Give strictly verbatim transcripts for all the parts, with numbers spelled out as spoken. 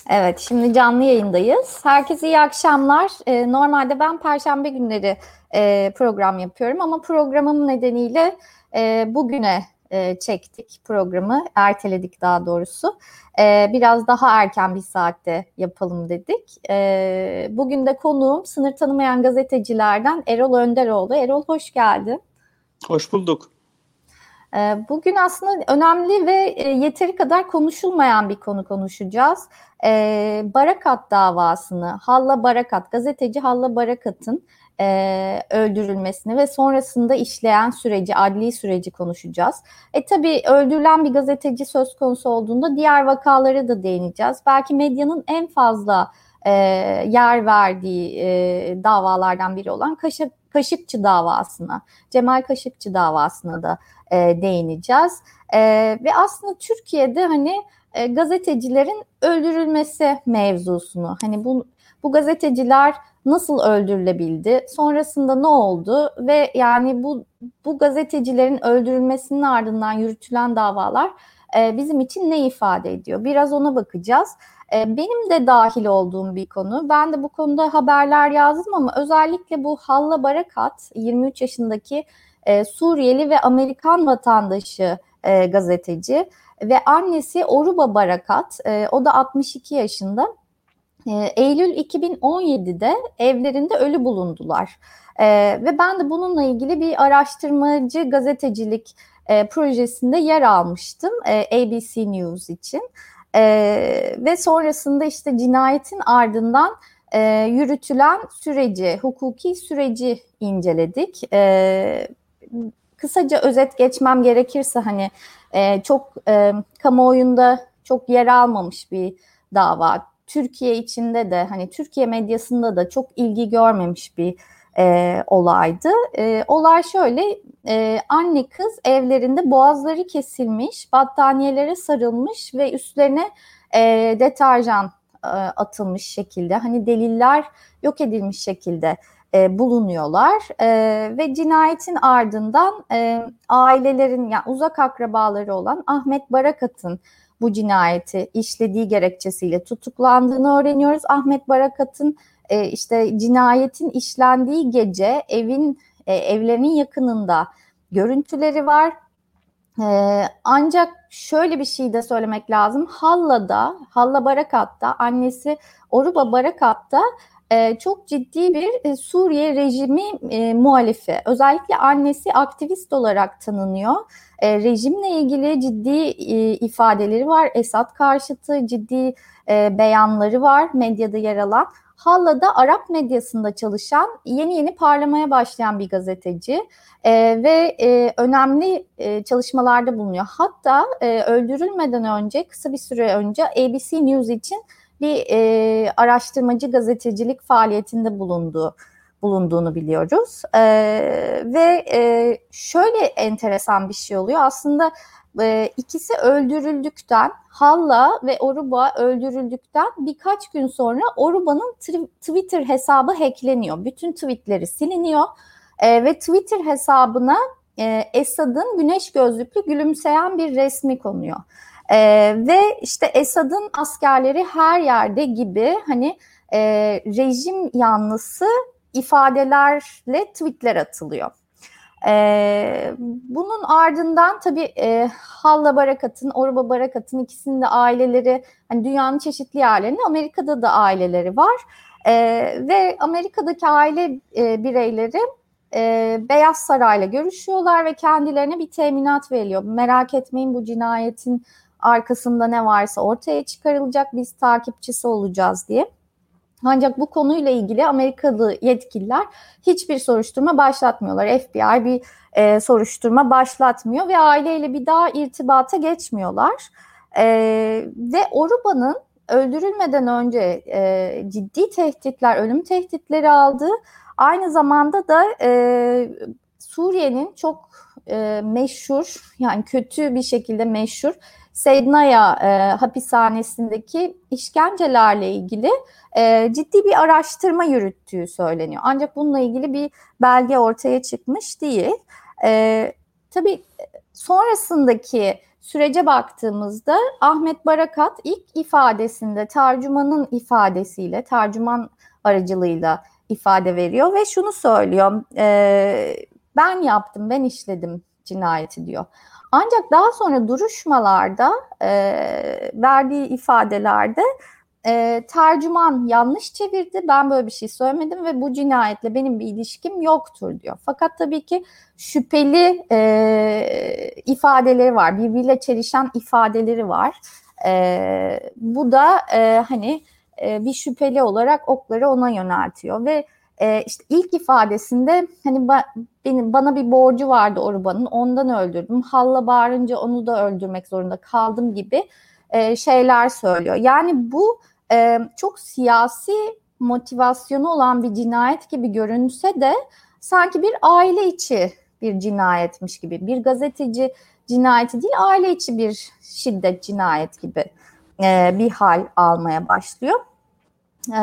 Evet, şimdi canlı yayındayız. Herkese iyi akşamlar. Ee, normalde ben Perşembe günleri e, program yapıyorum ama programım nedeniyle e, bugüne e, çektik programı, erteledik daha doğrusu. E, biraz daha erken bir saatte yapalım dedik. E, bugün de konuğum sınır tanımayan gazetecilerden Erol Önderoğlu. Erol hoş geldin. Hoş bulduk. Ee, Bugün aslında önemli ve e, yeteri kadar konuşulmayan bir konu konuşacağız. Ee, Barakat davasını, Halla Barakat, gazeteci Halla Barakat'ın e, öldürülmesini ve sonrasında işleyen süreci, adli süreci konuşacağız. E tabii öldürülen bir gazeteci söz konusu olduğunda diğer vakalara da değineceğiz. Belki medyanın en fazla e, yer verdiği e, davalardan biri olan Kaşık, Kaşıkçı davasına, Cemal Kaşıkçı davasına da e, değineceğiz. E, ve aslında Türkiye'de hani e, gazetecilerin öldürülmesi mevzusunu, hani bu bu gazeteciler nasıl öldürülebildi, sonrasında ne oldu ve yani bu bu gazetecilerin öldürülmesinin ardından yürütülen davalar e, bizim için ne ifade ediyor? Biraz ona bakacağız. E, benim de dahil olduğum bir konu. Ben de bu konuda haberler yazdım ama özellikle bu Halla Barakat, yirmi üç yaşındaki e, Suriyeli ve Amerikan vatandaşı e, gazeteci ve annesi Oruba Barakat, e, o da altmış iki yaşında. E, Eylül iki bin on yedide evlerinde ölü bulundular. E, ve ben de bununla ilgili bir araştırmacı gazetecilik e, projesinde yer almıştım e, A B C News için. E, ve sonrasında işte cinayetin ardından e, yürütülen süreci, hukuki süreci inceledik. E, kısaca özet geçmem gerekirse hani e, çok e, kamuoyunda çok yer almamış bir dava. Türkiye içinde de hani Türkiye medyasında da çok ilgi görmemiş bir e, olaydı. E, olay şöyle, e, anne kız evlerinde boğazları kesilmiş, battaniyelere sarılmış ve üstlerine e, deterjan e, atılmış şekilde, hani deliller yok edilmiş şekilde e, bulunuyorlar e, ve cinayetin ardından e, ailelerin, yani uzak akrabaları olan Ahmet Barakat'ın bu cinayeti işlediği gerekçesiyle tutuklandığını öğreniyoruz. Ahmet Barakat'ın e, işte cinayetin işlendiği gece evin e, evlerinin yakınında görüntüleri var. E, ancak şöyle bir şey de söylemek lazım. Halla'da, Halla Barakat'ta, annesi Oruba Barakat'ta e, çok ciddi bir e, Suriye rejimi e, muhalifi. Özellikle annesi aktivist olarak tanınıyor. E, rejimle ilgili ciddi e, ifadeleri var. Esad karşıtı ciddi e, beyanları var medyada yer alan. Halla'da Arap medyasında çalışan, yeni yeni parlamaya başlayan bir gazeteci e, ve e, önemli e, çalışmalarda bulunuyor. Hatta e, öldürülmeden önce, kısa bir süre önce A B C News için bir e, araştırmacı gazetecilik faaliyetinde bulunduğu bulunduğunu biliyoruz. E, ve e, şöyle enteresan bir şey oluyor. Aslında e, ikisi öldürüldükten, Halla ve Oruba öldürüldükten birkaç gün sonra Oruba'nın Twitter hesabı hackleniyor. Bütün tweetleri siliniyor e, ve Twitter hesabına e, Esad'ın güneş gözlüklü gülümseyen bir resmi konuyor. Ee, ve işte Esad'ın askerleri her yerde gibi hani e, rejim yanlısı ifadelerle tweetler atılıyor. Ee, bunun ardından tabii e, Halla Barakat'ın, Oruba Barakat'ın ikisinin de aileleri, hani dünyanın çeşitli yerlerinde, Amerika'da da aileleri var. Ee, ve Amerika'daki aile e, bireyleri e, Beyaz Saray'la görüşüyorlar ve kendilerine bir teminat veriliyor. Merak etmeyin, bu cinayetin arkasında ne varsa ortaya çıkarılacak, biz takipçisi olacağız diye. Ancak bu konuyla ilgili Amerikalı yetkililer hiçbir soruşturma başlatmıyorlar. F B I bir e, soruşturma başlatmıyor ve aileyle bir daha irtibata geçmiyorlar. E, ve Oruba'nın öldürülmeden önce e, ciddi tehditler, ölüm tehditleri aldığı, aynı zamanda da e, Suriye'nin çok e, meşhur, yani kötü bir şekilde meşhur Seydnaya e, hapishanesindeki işkencelerle ilgili e, ciddi bir araştırma yürüttüğü söyleniyor. Ancak bununla ilgili bir belge ortaya çıkmış değil. E, tabii sonrasındaki sürece baktığımızda Ahmet Barakat ilk ifadesinde tercümanın ifadesiyle, tercüman aracılığıyla ifade veriyor ve şunu söylüyor, e, ben yaptım, ben işledim cinayeti diyor. Ancak daha sonra duruşmalarda e, verdiği ifadelerde e, tercüman yanlış çevirdi, ben böyle bir şey söylemedim ve bu cinayetle benim bir ilişkim yoktur diyor. Fakat tabii ki şüpheli e, ifadeleri var, birbiriyle çelişen ifadeleri var. E, bu da e, hani e, bir şüpheli olarak okları ona yöneltiyor ve e, işte ilk ifadesinde hani ba- benim bana bir borcu vardı Oruban'ın, ondan öldürdüm. Halla bağırınca onu da öldürmek zorunda kaldım gibi e, şeyler söylüyor. Yani bu e, çok siyasi motivasyonu olan bir cinayet gibi görünse de sanki bir aile içi bir cinayetmiş gibi, bir gazeteci cinayeti değil, aile içi bir şiddet cinayet gibi e, bir hal almaya başlıyor. E,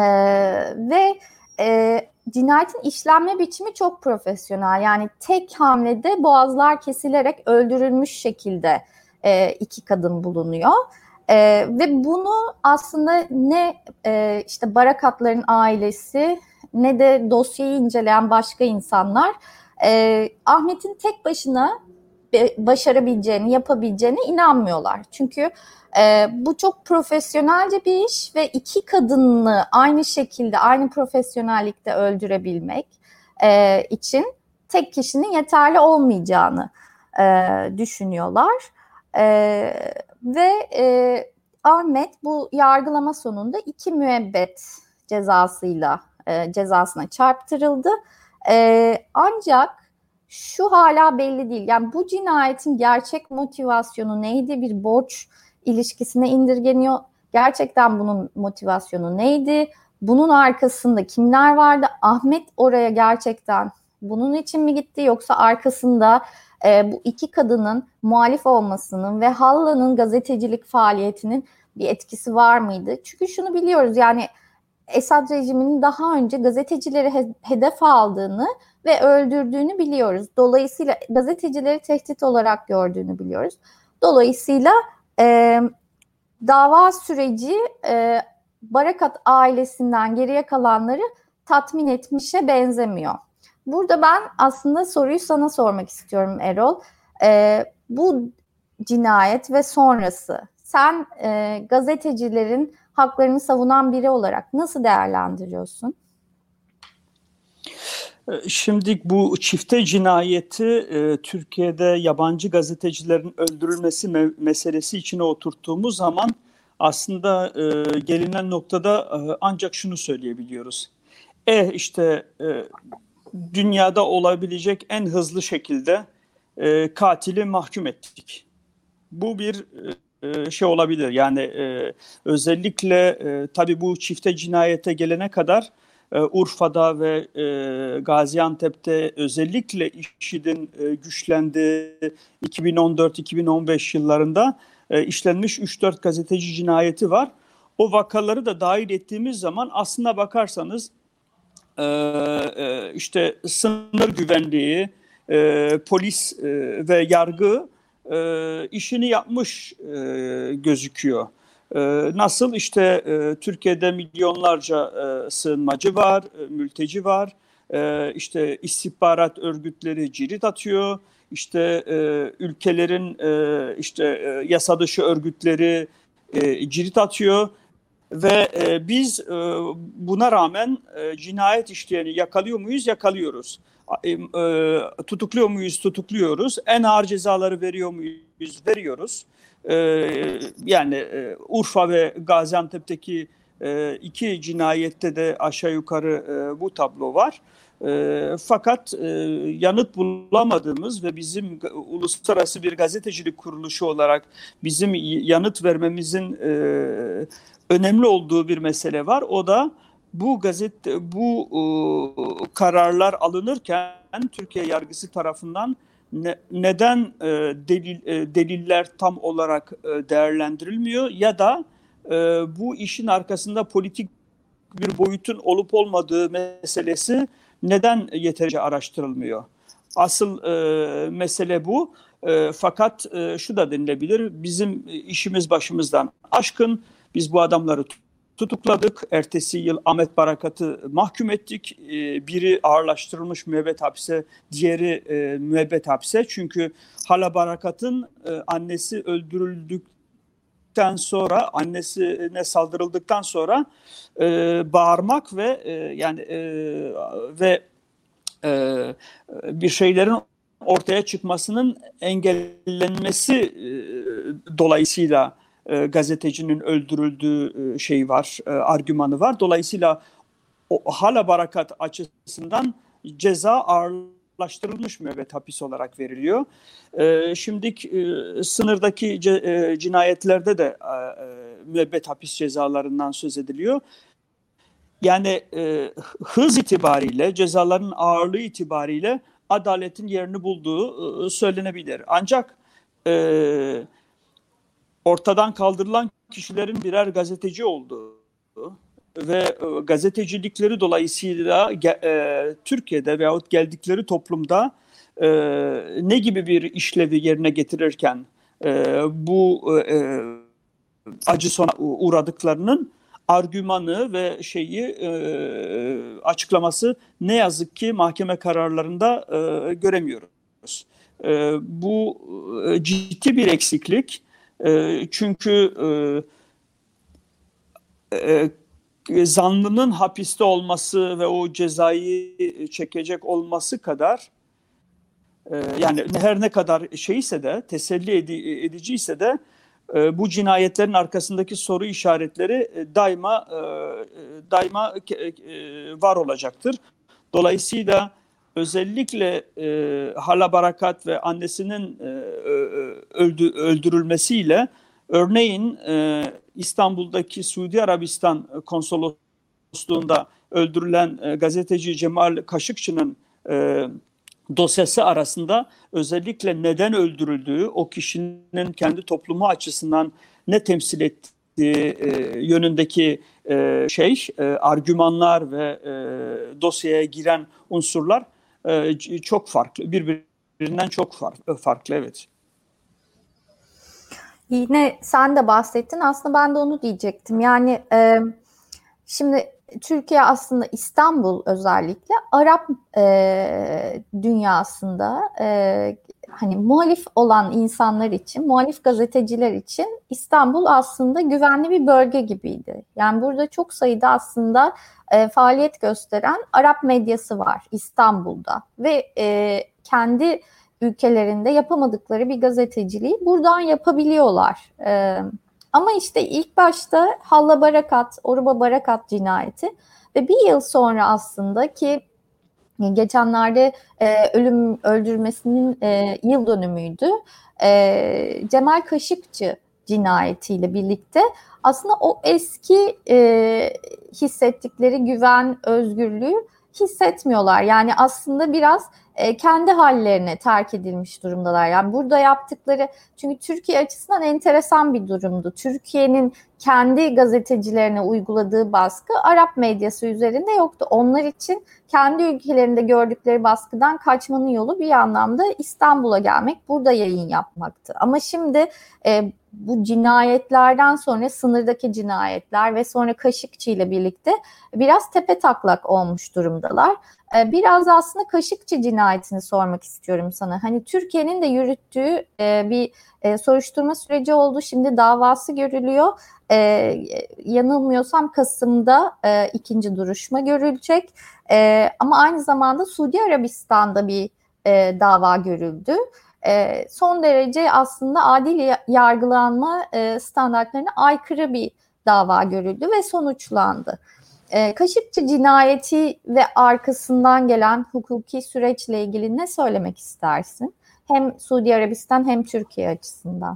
ve e, cinayetin işlenme biçimi çok profesyonel. Yani tek hamlede boğazlar kesilerek öldürülmüş şekilde e, iki kadın bulunuyor. E, ve bunu aslında ne e, işte Barakatların ailesi ne de dosyayı inceleyen başka insanlar e, Ahmet'in tek başına başarabileceğini, yapabileceğine inanmıyorlar. Çünkü e, bu çok profesyonelce bir iş ve iki kadını aynı şekilde, aynı profesyonellikte öldürebilmek e, için tek kişinin yeterli olmayacağını e, düşünüyorlar. E, ve e, Ahmet bu yargılama sonunda iki müebbet cezasıyla e, cezasına çarptırıldı. E, ancak şu hala belli değil. Yani bu cinayetin gerçek motivasyonu neydi? Bir borç ilişkisine indirgeniyor. Gerçekten bunun motivasyonu neydi? Bunun arkasında kimler vardı? Ahmet oraya gerçekten bunun için mi gitti? Yoksa arkasında e, bu iki kadının muhalif olmasının ve Halla'nın gazetecilik faaliyetinin bir etkisi var mıydı? Çünkü şunu biliyoruz, yani Esad rejiminin daha önce gazetecileri he- hedef aldığını ve öldürdüğünü biliyoruz. Dolayısıyla gazetecileri tehdit olarak gördüğünü biliyoruz. Dolayısıyla e, dava süreci e, Barakat ailesinden geriye kalanları tatmin etmişe benzemiyor. Burada ben aslında soruyu sana sormak istiyorum Erol. E, bu cinayet ve sonrası sen e, gazetecilerin haklarını savunan biri olarak nasıl değerlendiriyorsun? Şimdi bu çifte cinayeti e, Türkiye'de yabancı gazetecilerin öldürülmesi me- meselesi içine oturttuğumuz zaman aslında e, gelinen noktada e, ancak şunu söyleyebiliyoruz. E işte e, dünyada olabilecek en hızlı şekilde e, katili mahkum ettik. Bu bir e, şey olabilir. Yani e, özellikle e, tabii bu çifte cinayete gelene kadar e, Urfa'da ve e, Gaziantep'te özellikle IŞİD'in e, güçlendiği iki bin on dört iki bin on beş yıllarında e, işlenmiş üç dört gazeteci cinayeti var. O vakaları da dahil ettiğimiz zaman aslına bakarsanız e, e, işte sınır güvenliği, e, polis e, ve yargı e, işini yapmış e, gözüküyor. E, nasıl işte e, Türkiye'de milyonlarca e, sığınmacı var, e, mülteci var. E, işte istihbarat örgütleri cirit atıyor. İşte e, ülkelerin e, işte e, yasa dışı örgütleri e, cirit atıyor. Ve e, biz e, buna rağmen e, cinayet işleyeni yakalıyor muyuz? Yakalıyoruz. E, e, tutukluyor muyuz? Tutukluyoruz. En ağır cezaları veriyor muyuz? Veriyoruz. E, yani e, Urfa ve Gaziantep'teki e, iki cinayette de aşağı yukarı e, bu tablo var. E, fakat e, yanıt bulamadığımız ve bizim uluslararası bir gazetecilik kuruluşu olarak bizim yanıt vermemizin e, önemli olduğu bir mesele var. O da bu gazete bu e, kararlar alınırken Türkiye yargısı tarafından ne, neden e, delil e, deliller tam olarak e, değerlendirilmiyor ya da e, bu işin arkasında politik bir boyutun olup olmadığı meselesi neden yeterince araştırılmıyor? Asıl e, mesele bu. E, fakat e, şu da denilebilir, bizim işimiz başımızdan aşkın. Biz bu adamları tutukladık. Ertesi yıl Ahmet Barakat'ı mahkum ettik. E, biri ağırlaştırılmış müebbet hapse, diğeri e, müebbet hapse. Çünkü Hala Barakat'ın e, annesi öldürüldükten sonra, annesine saldırıldıktan sonra e, bağırmak ve e, yani e, ve e, bir şeylerin ortaya çıkmasının engellenmesi e, dolayısıyla e, gazetecinin öldürüldüğü e, şey var, e, argümanı var. Dolayısıyla o, Hala Barakat açısından ceza ağırlaştırılmış müebbet hapis olarak veriliyor. E, şimdi e, sınırdaki ce, e, cinayetlerde de e, müebbet hapis cezalarından söz ediliyor. Yani e, hız itibariyle, cezaların ağırlığı itibariyle adaletin yerini bulduğu e, söylenebilir. Ancak e, ortadan kaldırılan kişilerin birer gazeteci olduğu ve e, gazetecilikleri dolayısıyla e, Türkiye'de veyahut geldikleri toplumda e, ne gibi bir işlevi yerine getirirken e, bu e, acı sona uğradıklarının argümanı ve şeyi e, açıklaması ne yazık ki mahkeme kararlarında e, göremiyoruz. E, bu e, ciddi bir eksiklik. E, çünkü e, e, zanlının hapiste olması ve o cezayı çekecek olması kadar e, yani her ne kadar şeyse de teselli edi, ediciyse de e, bu cinayetlerin arkasındaki soru işaretleri e, daima e, daima e, var olacaktır. Dolayısıyla özellikle e, Hala Barakat ve annesinin e, öldü, öldürülmesiyle örneğin e, İstanbul'daki Suudi Arabistan konsolosluğunda öldürülen e, gazeteci Cemal Kaşıkçı'nın e, dosyası arasında özellikle neden öldürüldüğü, o kişinin kendi toplumu açısından ne temsil ettiği e, yönündeki e, şey, e, argümanlar ve e, dosyaya giren unsurlar e, çok farklı, birbirinden çok farklı, farklı evet. Yine sen de bahsettin. Aslında ben de onu diyecektim. Yani e, şimdi Türkiye aslında İstanbul özellikle Arap e, dünyasında e, hani muhalif olan insanlar için, muhalif gazeteciler için İstanbul aslında güvenli bir bölge gibiydi. Yani burada çok sayıda aslında e, faaliyet gösteren Arap medyası var İstanbul'da ve e, kendi ülkelerinde yapamadıkları bir gazeteciliği buradan yapabiliyorlar. Ee, ama işte ilk başta Halla Barakat, Oruba Barakat cinayeti ve bir yıl sonra aslında ki geçenlerde e, ölüm öldürmesinin e, yıl dönümüydü. E, Cemal Kaşıkçı cinayetiyle birlikte aslında o eski e, hissettikleri güven, özgürlüğü hissetmiyorlar. Yani aslında biraz e, kendi hallerine terk edilmiş durumdalar. Yani burada yaptıkları, çünkü Türkiye açısından enteresan bir durumdu. Türkiye'nin kendi gazetecilerine uyguladığı baskı Arap medyası üzerinde yoktu. Onlar için kendi ülkelerinde gördükleri baskıdan kaçmanın yolu bir anlamda İstanbul'a gelmek, burada yayın yapmaktı. Ama şimdi e, bu cinayetlerden sonra, sınırdaki cinayetler ve sonra Kaşıkçı ile birlikte biraz tepetaklak olmuş durumdalar. E, biraz aslında Kaşıkçı cinayetini sormak istiyorum sana. Hani Türkiye'nin de yürüttüğü e, bir e, soruşturma süreci oldu. Şimdi davası görülüyor. E, yanılmıyorsam Kasım'da e, ikinci duruşma görülecek. E, ama aynı zamanda Suudi Arabistan'da bir e, dava görüldü. E, son derece aslında adil yargılanma e, standartlarına aykırı bir dava görüldü ve sonuçlandı. E, Kaşıkçı cinayeti ve arkasından gelen hukuki süreçle ilgili ne söylemek istersin? Hem Suudi Arabistan hem Türkiye açısından.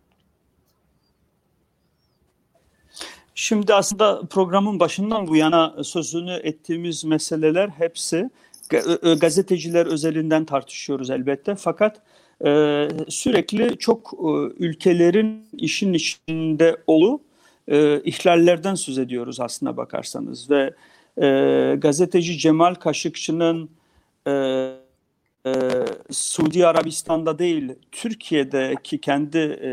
Şimdi aslında programın başından bu yana sözünü ettiğimiz meseleler hepsi gazeteciler özelinden tartışıyoruz elbette. Fakat e, sürekli çok e, ülkelerin işin içinde olup e, ihlallerden söz ediyoruz aslına bakarsanız. Ve e, gazeteci Cemal Kaşıkçı'nın e, e, Suudi Arabistan'da değil, Türkiye'deki kendi e,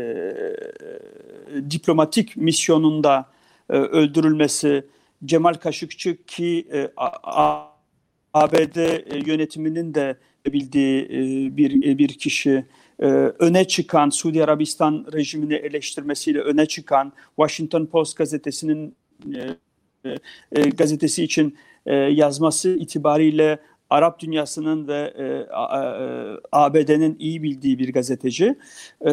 diplomatik misyonunda e, öldürülmesi, Cemal Kaşıkçı ki e, A, A B D yönetiminin de bildiği e, bir bir kişi, e, öne çıkan, Suudi Arabistan rejimini eleştirmesiyle öne çıkan, Washington Post gazetesinin e, e, gazetesi için e, yazması itibariyle Arap dünyasının ve e, e, A B D'nin iyi bildiği bir gazeteci. E,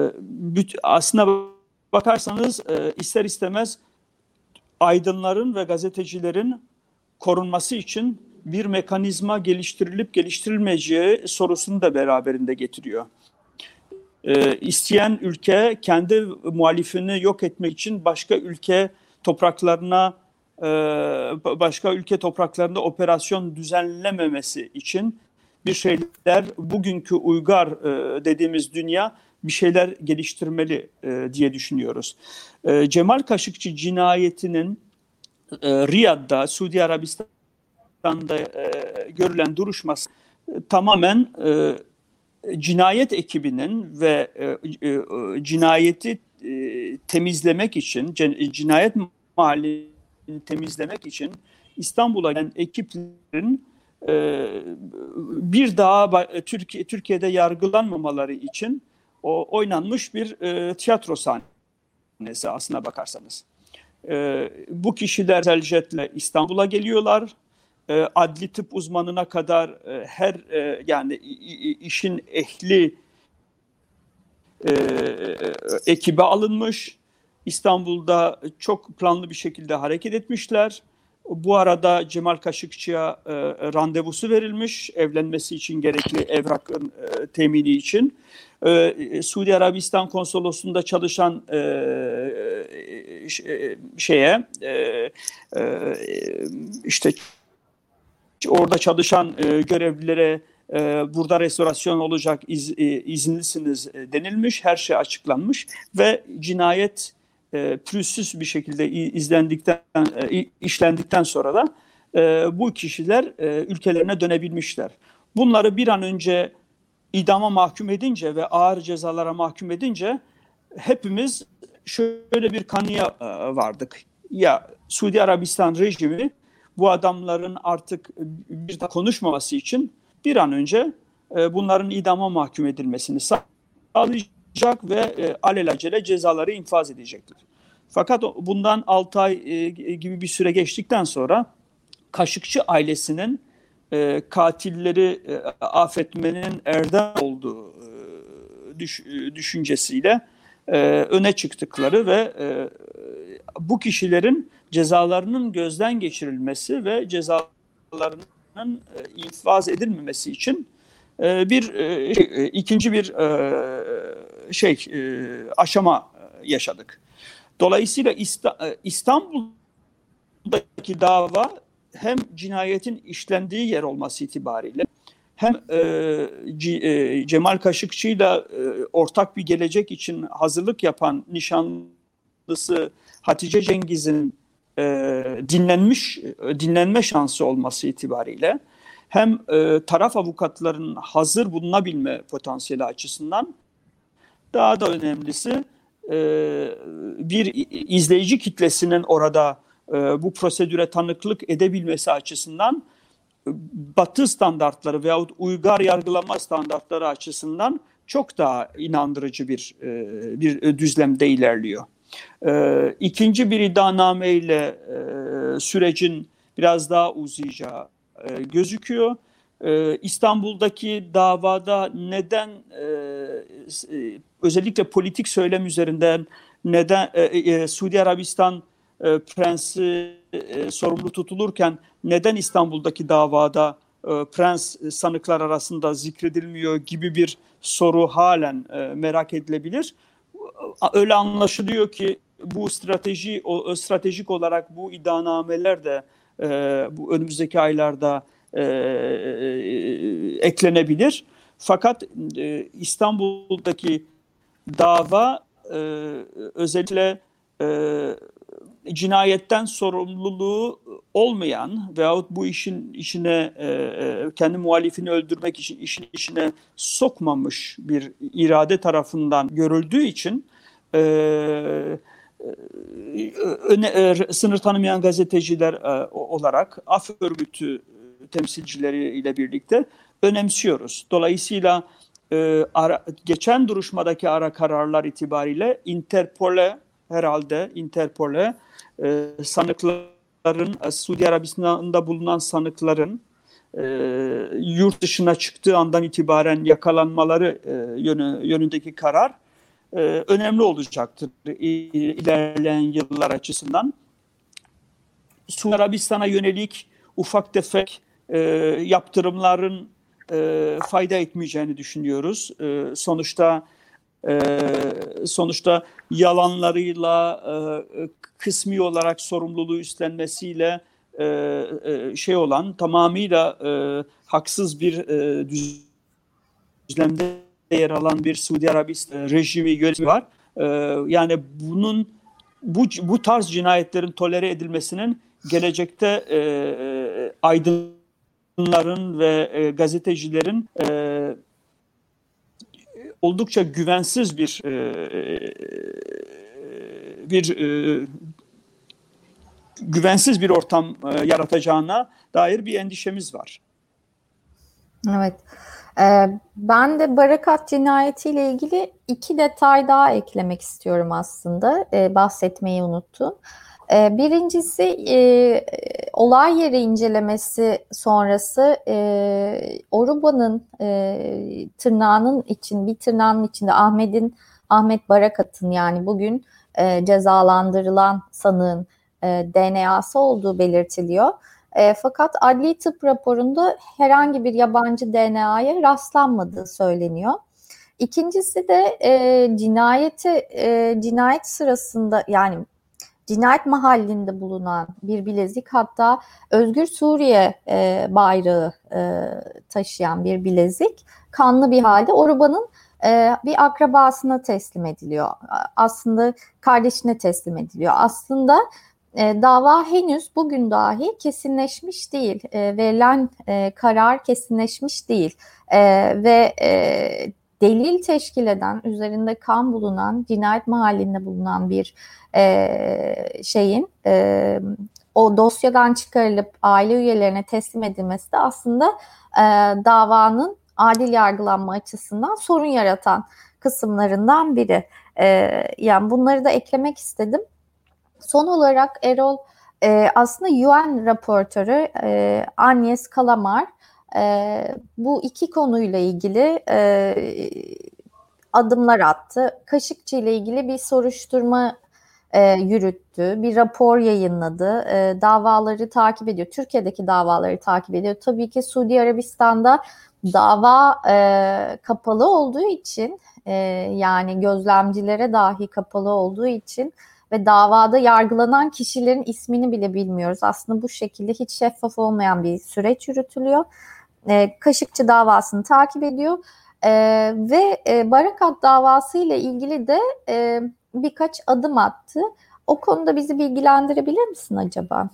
aslına bakarsanız e, ister istemez aydınların ve gazetecilerin korunması için bir mekanizma geliştirilip geliştirilmeyeceği sorusunu da beraberinde getiriyor. E, isteyen ülke kendi muhalifini yok etmek için başka ülke topraklarına başka ülke topraklarında operasyon düzenlememesi için bir şeyler, bugünkü uygar dediğimiz dünya bir şeyler geliştirmeli diye düşünüyoruz. Cemal Kaşıkçı cinayetinin Riyad'da, Suudi Arabistan'da görülen duruşması tamamen cinayet ekibinin ve cinayeti temizlemek için, cinayet mahallini temizlemek için İstanbul'a gelen ekiplerin e, bir daha Türkiye, Türkiye'de yargılanmamaları için o oynanmış bir e, tiyatro sahnesi aslına bakarsanız. E, bu kişiler Seljet'le İstanbul'a geliyorlar. E, adli tıp uzmanına kadar e, her e, yani işin ehli e, ekibe alınmış. İstanbul'da çok planlı bir şekilde hareket etmişler. Bu arada Cemal Kaşıkçı'ya e, randevusu verilmiş, evlenmesi için gerekli evrakın e, temini için. E, Suudi Arabistan konsolosluğunda çalışan e, şeye, e, e, işte orada çalışan e, görevlilere e, burada restorasyon olacak, iz, e, izinlisiniz denilmiş, her şey açıklanmış ve cinayet E, pürüzsüz bir şekilde izlendikten e, işlendikten sonra da e, bu kişiler e, ülkelerine dönebilmişler. Bunları bir an önce idama mahkum edince ve ağır cezalara mahkum edince hepimiz şöyle bir kanıya e, vardık. Ya Suudi Arabistan rejimi bu adamların artık bir daha konuşmaması için bir an önce e, bunların idama mahkum edilmesini sağlayacak ve e, alelacele cezaları infaz edecektir. Fakat bundan altı ay e, gibi bir süre geçtikten sonra Kaşıkçı ailesinin e, katilleri e, affetmenin erdem olduğu e, düş, e, düşüncesiyle e, öne çıktıkları ve e, bu kişilerin cezalarının gözden geçirilmesi ve cezalarının e, infaz edilmemesi için e, bir e, şey, ikinci bir e, şey e, aşama yaşadık. Dolayısıyla İstanbul'daki dava hem cinayetin işlendiği yer olması itibariyle hem e, e, Cemal Kaşıkçı'yla e, ortak bir gelecek için hazırlık yapan nişanlısı Hatice Cengiz'in e, dinlenmiş dinlenme şansı olması itibariyle hem e, taraf avukatlarının hazır bulunabilme potansiyeli açısından daha da önemlisi e, bir izleyici kitlesinin orada e, bu prosedüre tanıklık edebilmesi açısından Batı standartları veyahut uygar yargılama standartları açısından çok daha inandırıcı bir e, bir düzlemde ilerliyor. E, ikinci bir iddianameyle e, sürecin biraz daha uzayacağı e, gözüküyor. E, İstanbul'daki davada neden e, e, özellikle politik söylem üzerinden neden e, e, Suudi Arabistan e, prensi e, sorumlu tutulurken neden İstanbul'daki davada e, prens sanıklar arasında zikredilmiyor gibi bir soru halen e, merak edilebilir. Öyle anlaşılıyor ki bu strateji o stratejik olarak bu iddianameler de e, bu önümüzdeki aylarda e, e, eklenebilir. Fakat e, İstanbul'daki dava e, özellikle e, cinayetten sorumluluğu olmayan veyahut bu işin içine e, kendi muhalifini öldürmek için işin içine sokmamış bir irade tarafından görüldüğü için e, öne, e, sınır tanımayan gazeteciler e, olarak af örgütü temsilcileriyle birlikte önemsiyoruz. Dolayısıyla e, ara, geçen duruşmadaki ara kararlar itibariyle Interpol'e herhalde Interpol'e e, sanıkların Suudi Arabistan'da bulunan sanıkların e, yurt dışına çıktığı andan itibaren yakalanmaları e, yönü, yönündeki karar e, önemli olacaktır ilerleyen yıllar açısından. Suudi Arabistan'a yönelik ufak tefek e, yaptırımların e, fayda etmeyeceğini düşünüyoruz. E, sonuçta e, sonuçta yalanlarıyla e, kısmi olarak sorumluluğu üstlenmesiyle e, e, şey olan tamamıyla e, haksız bir e, düzlemde yer alan bir Suudi Arabistan rejimi yönetimi var. E, yani bunun bu bu tarz cinayetlerin tolere edilmesinin gelecekte e, aydınların ve e, gazetecilerin e, oldukça güvensiz bir e, bir e, güvensiz bir ortam e, yaratacağına dair bir endişemiz var. Evet. Ee, ben de Barakat cinayetiyle ilgili iki detay daha eklemek istiyorum aslında. Ee, bahsetmeyi unuttum. Ee, birincisi e, olay yeri incelemesi sonrası e, Oruba'nın e, tırnağının için bir tırnağının içinde Ahmet'in Ahmet Barakat'ın yani bugün e, cezalandırılan sanığın e, D N A'sı olduğu belirtiliyor. E, fakat adli tıp raporunda herhangi bir yabancı D N A'ya rastlanmadığı söyleniyor. İkincisi de e, cinayeti e, cinayet sırasında yani cinayet mahallinde bulunan bir bilezik, hatta Özgür Suriye e, bayrağı e, taşıyan bir bilezik kanlı bir halde Oruba'nın e, bir akrabasına teslim ediliyor. Aslında kardeşine teslim ediliyor. Aslında e, dava henüz bugün dahi kesinleşmiş değil. E, verilen e, karar kesinleşmiş değil. E, ve e, delil teşkil eden, üzerinde kan bulunan, cinayet mahallinde bulunan bir e, şeyin e, o dosyadan çıkarılıp aile üyelerine teslim edilmesi de aslında e, davanın adil yargılanma açısından sorun yaratan kısımlarından biri. E, yani bunları da eklemek istedim. Son olarak Erol, e, aslında U N raportörü e, Agnes Kalamar e, bu iki konuyla ilgili e, adımlar attı. Kaşıkçı ile ilgili bir soruşturma e, yürüttü, bir rapor yayınladı, e, davaları takip ediyor, Türkiye'deki davaları takip ediyor. Tabii ki Suudi Arabistan'da dava e, kapalı olduğu için, e, yani gözlemcilere dahi kapalı olduğu için ve davada yargılanan kişilerin ismini bile bilmiyoruz. Aslında bu şekilde hiç şeffaf olmayan bir süreç yürütülüyor. E, Kaşıkçı davasını takip ediyor. E, ve e, Barakat davası ile ilgili de e, birkaç adım attı. O konuda bizi bilgilendirebilir misin acaba?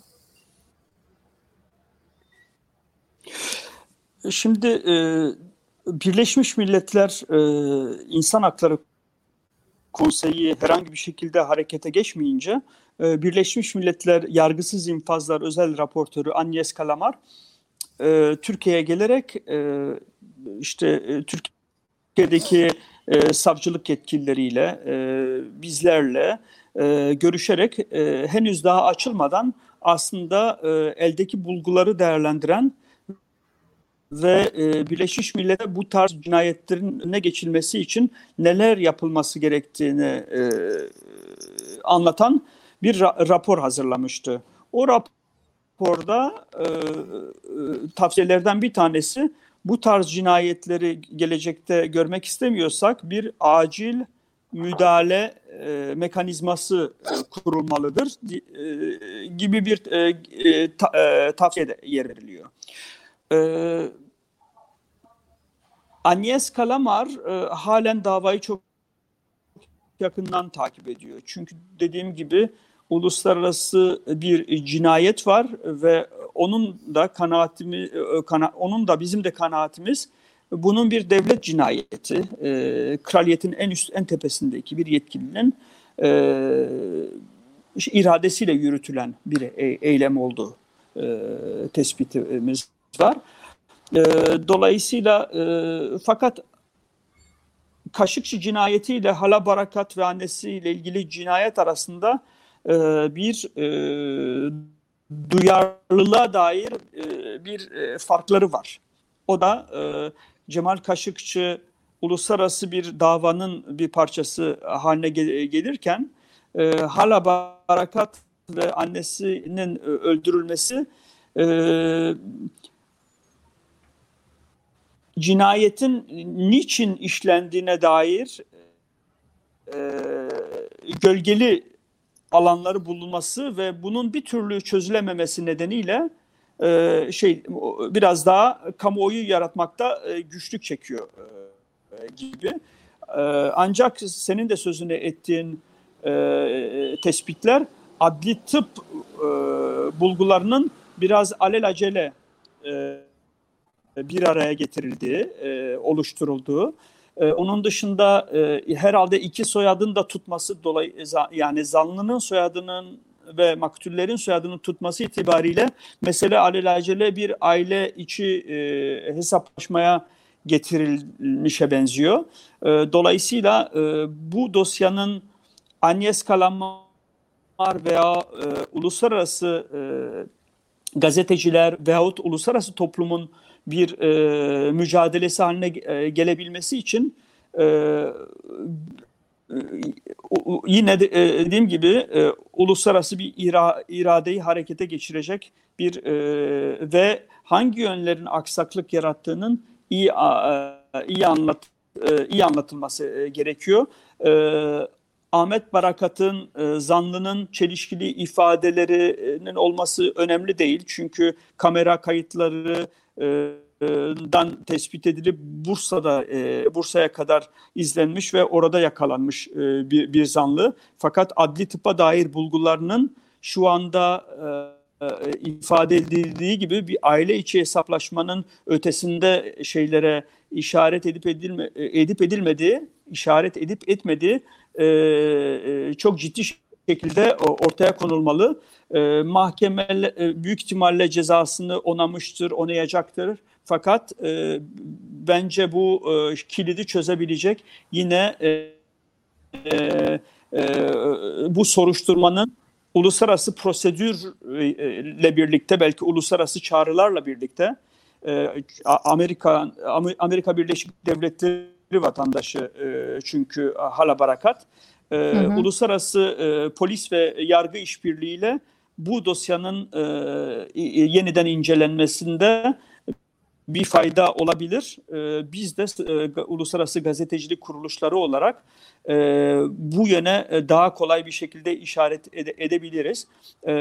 Şimdi e, Birleşmiş Milletler e, İnsan Hakları Konseyi herhangi bir şekilde harekete geçmeyince e, Birleşmiş Milletler Yargısız İnfazlar Özel Raportörü Agnes Kalamar e, Türkiye'ye gelerek e, işte e, Türkiye'deki e, savcılık yetkilileriyle e, bizlerle e, görüşerek e, henüz daha açılmadan aslında e, eldeki bulguları değerlendiren ve e, Birleşmiş Milletler bu tarz cinayetlerin önüne geçilmesi için neler yapılması gerektiğini e, anlatan bir ra- rapor hazırlamıştı. O raporda e, e, tavsiyelerden bir tanesi, bu tarz cinayetleri gelecekte görmek istemiyorsak bir acil müdahale e, mekanizması e, kurulmalıdır e, gibi bir e, e, ta, e, tavsiye yer veriliyor. E, Agnes Kalamar e, halen davayı çok yakından takip ediyor. Çünkü dediğim gibi uluslararası bir cinayet var ve onun da kanaatimi, kana, onun da bizim de kanaatimiz bunun bir devlet cinayeti, e, kraliyetin en üst, en tepesindeki bir yetkilinin e, iradesiyle yürütülen bir e, eylem olduğu e, tespitimiz var. E, dolayısıyla e, fakat Kaşıkçı cinayetiyle Hala Barakat ve annesiyle ilgili cinayet arasında e, bir e, duyarlılığa dair e, bir e, farkları var. O da e, Cemal Kaşıkçı uluslararası bir davanın bir parçası haline gel- gelirken e, Hala Barakat ve annesinin öldürülmesi e, cinayetin niçin işlendiğine dair e, gölgeli alanları bulunması ve bunun bir türlü çözülememesi nedeniyle e, şey biraz daha kamuoyu yaratmakta e, güçlük çekiyor e, gibi. E, ancak senin de sözünü ettiğin e, tespitler adli tıp e, bulgularının biraz alelacele e, bir araya getirildiği, e, oluşturulduğu. E, onun dışında e, herhalde iki soyadın da tutması dolayı, yani zanlının soyadının ve maktullerin soyadının tutması itibariyle mesele alelacele bir aile içi e, hesaplaşmaya getirilmişe benziyor. E, dolayısıyla e, bu dosyanın Agnieszka Kalamar veya e, uluslararası e, gazeteciler veyahut uluslararası toplumun bir e, mücadelesi haline e, gelebilmesi için e, e, yine de, e, dediğim gibi e, uluslararası bir ira, iradeyi harekete geçirecek bir e, ve hangi yönlerin aksaklık yarattığının iyi e, iyi anlat e, iyi anlatılması e, gerekiyor. E, Ahmet Barakat'ın, e, zanlının çelişkili ifadelerinin olması önemli değil. Çünkü kamera kayıtları dan tespit edilip Bursa'da e, Bursa'ya kadar izlenmiş ve orada yakalanmış e, bir, bir zanlı. Fakat adli tıpa dair bulgularının şu anda e, e, ifade edildiği gibi bir aile içi hesaplaşmanın ötesinde şeylere işaret edip edilme, edip edilmediği, işaret edip etmediği e, e, çok ciddi şekilde ortaya konulmalı. E, mahkeme e, büyük ihtimalle cezasını onamıştır, onayacaktır. Fakat e, bence bu e, kilidi çözebilecek yine e, e, e, bu soruşturmanın uluslararası prosedürle birlikte, belki uluslararası çağrılarla birlikte e, Amerika Amerika Birleşik Devletleri vatandaşı e, çünkü Hala Barakat. Ee, hı hı. Uluslararası e, polis ve yargı işbirliğiyle bu dosyanın e, yeniden incelenmesinde bir fayda olabilir. E, biz de e, uluslararası gazetecilik kuruluşları olarak e, bu yöne daha kolay bir şekilde işaret ede, edebiliriz. E,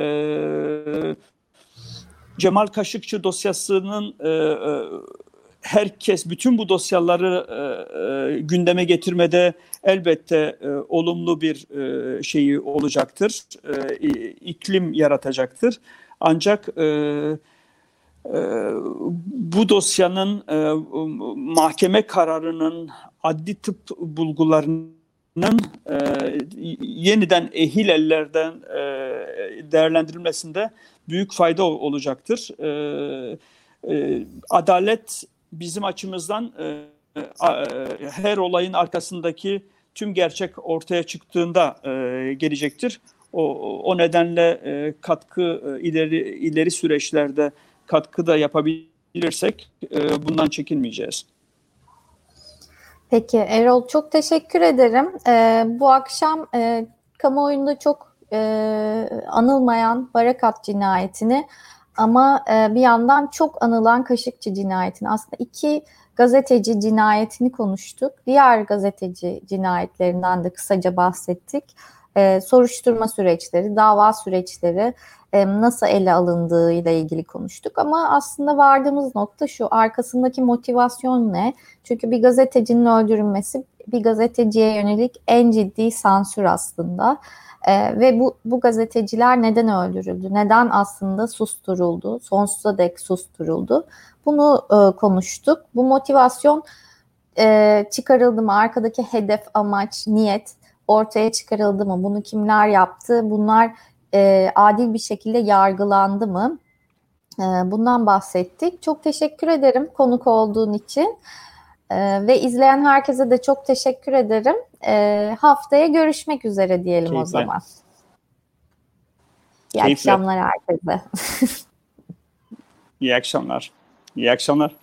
Cemal Kaşıkçı dosyasının e, e, herkes bütün bu dosyaları e, e, gündeme getirmede elbette e, olumlu bir e, şeyi olacaktır, e, iklim yaratacaktır. Ancak e, e, bu dosyanın e, mahkeme kararının adli tıp bulgularının e, yeniden ehil ellerden e, değerlendirilmesinde büyük fayda olacaktır. E, e, adalet bizim açımızdan e, e, her olayın arkasındaki tüm gerçek ortaya çıktığında e, gelecektir. O, o nedenle e, katkı e, ileri ileri süreçlerde katkı da yapabilirsek e, bundan çekinmeyeceğiz. Peki Erol, çok teşekkür ederim. E, bu akşam e, kamuoyunda çok e, anılmayan Barakat cinayetini ama e, bir yandan çok anılan Kaşıkçı cinayetini, aslında iki gazeteci cinayetini konuştuk. Diğer gazeteci cinayetlerinden de kısaca bahsettik. Ee, soruşturma süreçleri, dava süreçleri e, nasıl ele alındığı ile ilgili konuştuk. Ama aslında vardığımız nokta şu: arkasındaki motivasyon ne? Çünkü bir gazetecinin öldürülmesi bir gazeteciye yönelik en ciddi sansür aslında. Ee, ve bu, bu gazeteciler neden öldürüldü? Neden aslında susturuldu? Sonsuza dek susturuldu. Bunu e, konuştuk. Bu motivasyon e, çıkarıldı mı? Arkadaki hedef, amaç, niyet ortaya çıkarıldı mı? Bunu kimler yaptı? Bunlar e, adil bir şekilde yargılandı mı? E, bundan bahsettik. Çok teşekkür ederim konuk olduğun için. E, ve izleyen herkese de çok teşekkür ederim. E, haftaya görüşmek üzere diyelim Keyifle. o zaman. İyi Keyifle. akşamlar herkese. İyi akşamlar. İyi akşamlar.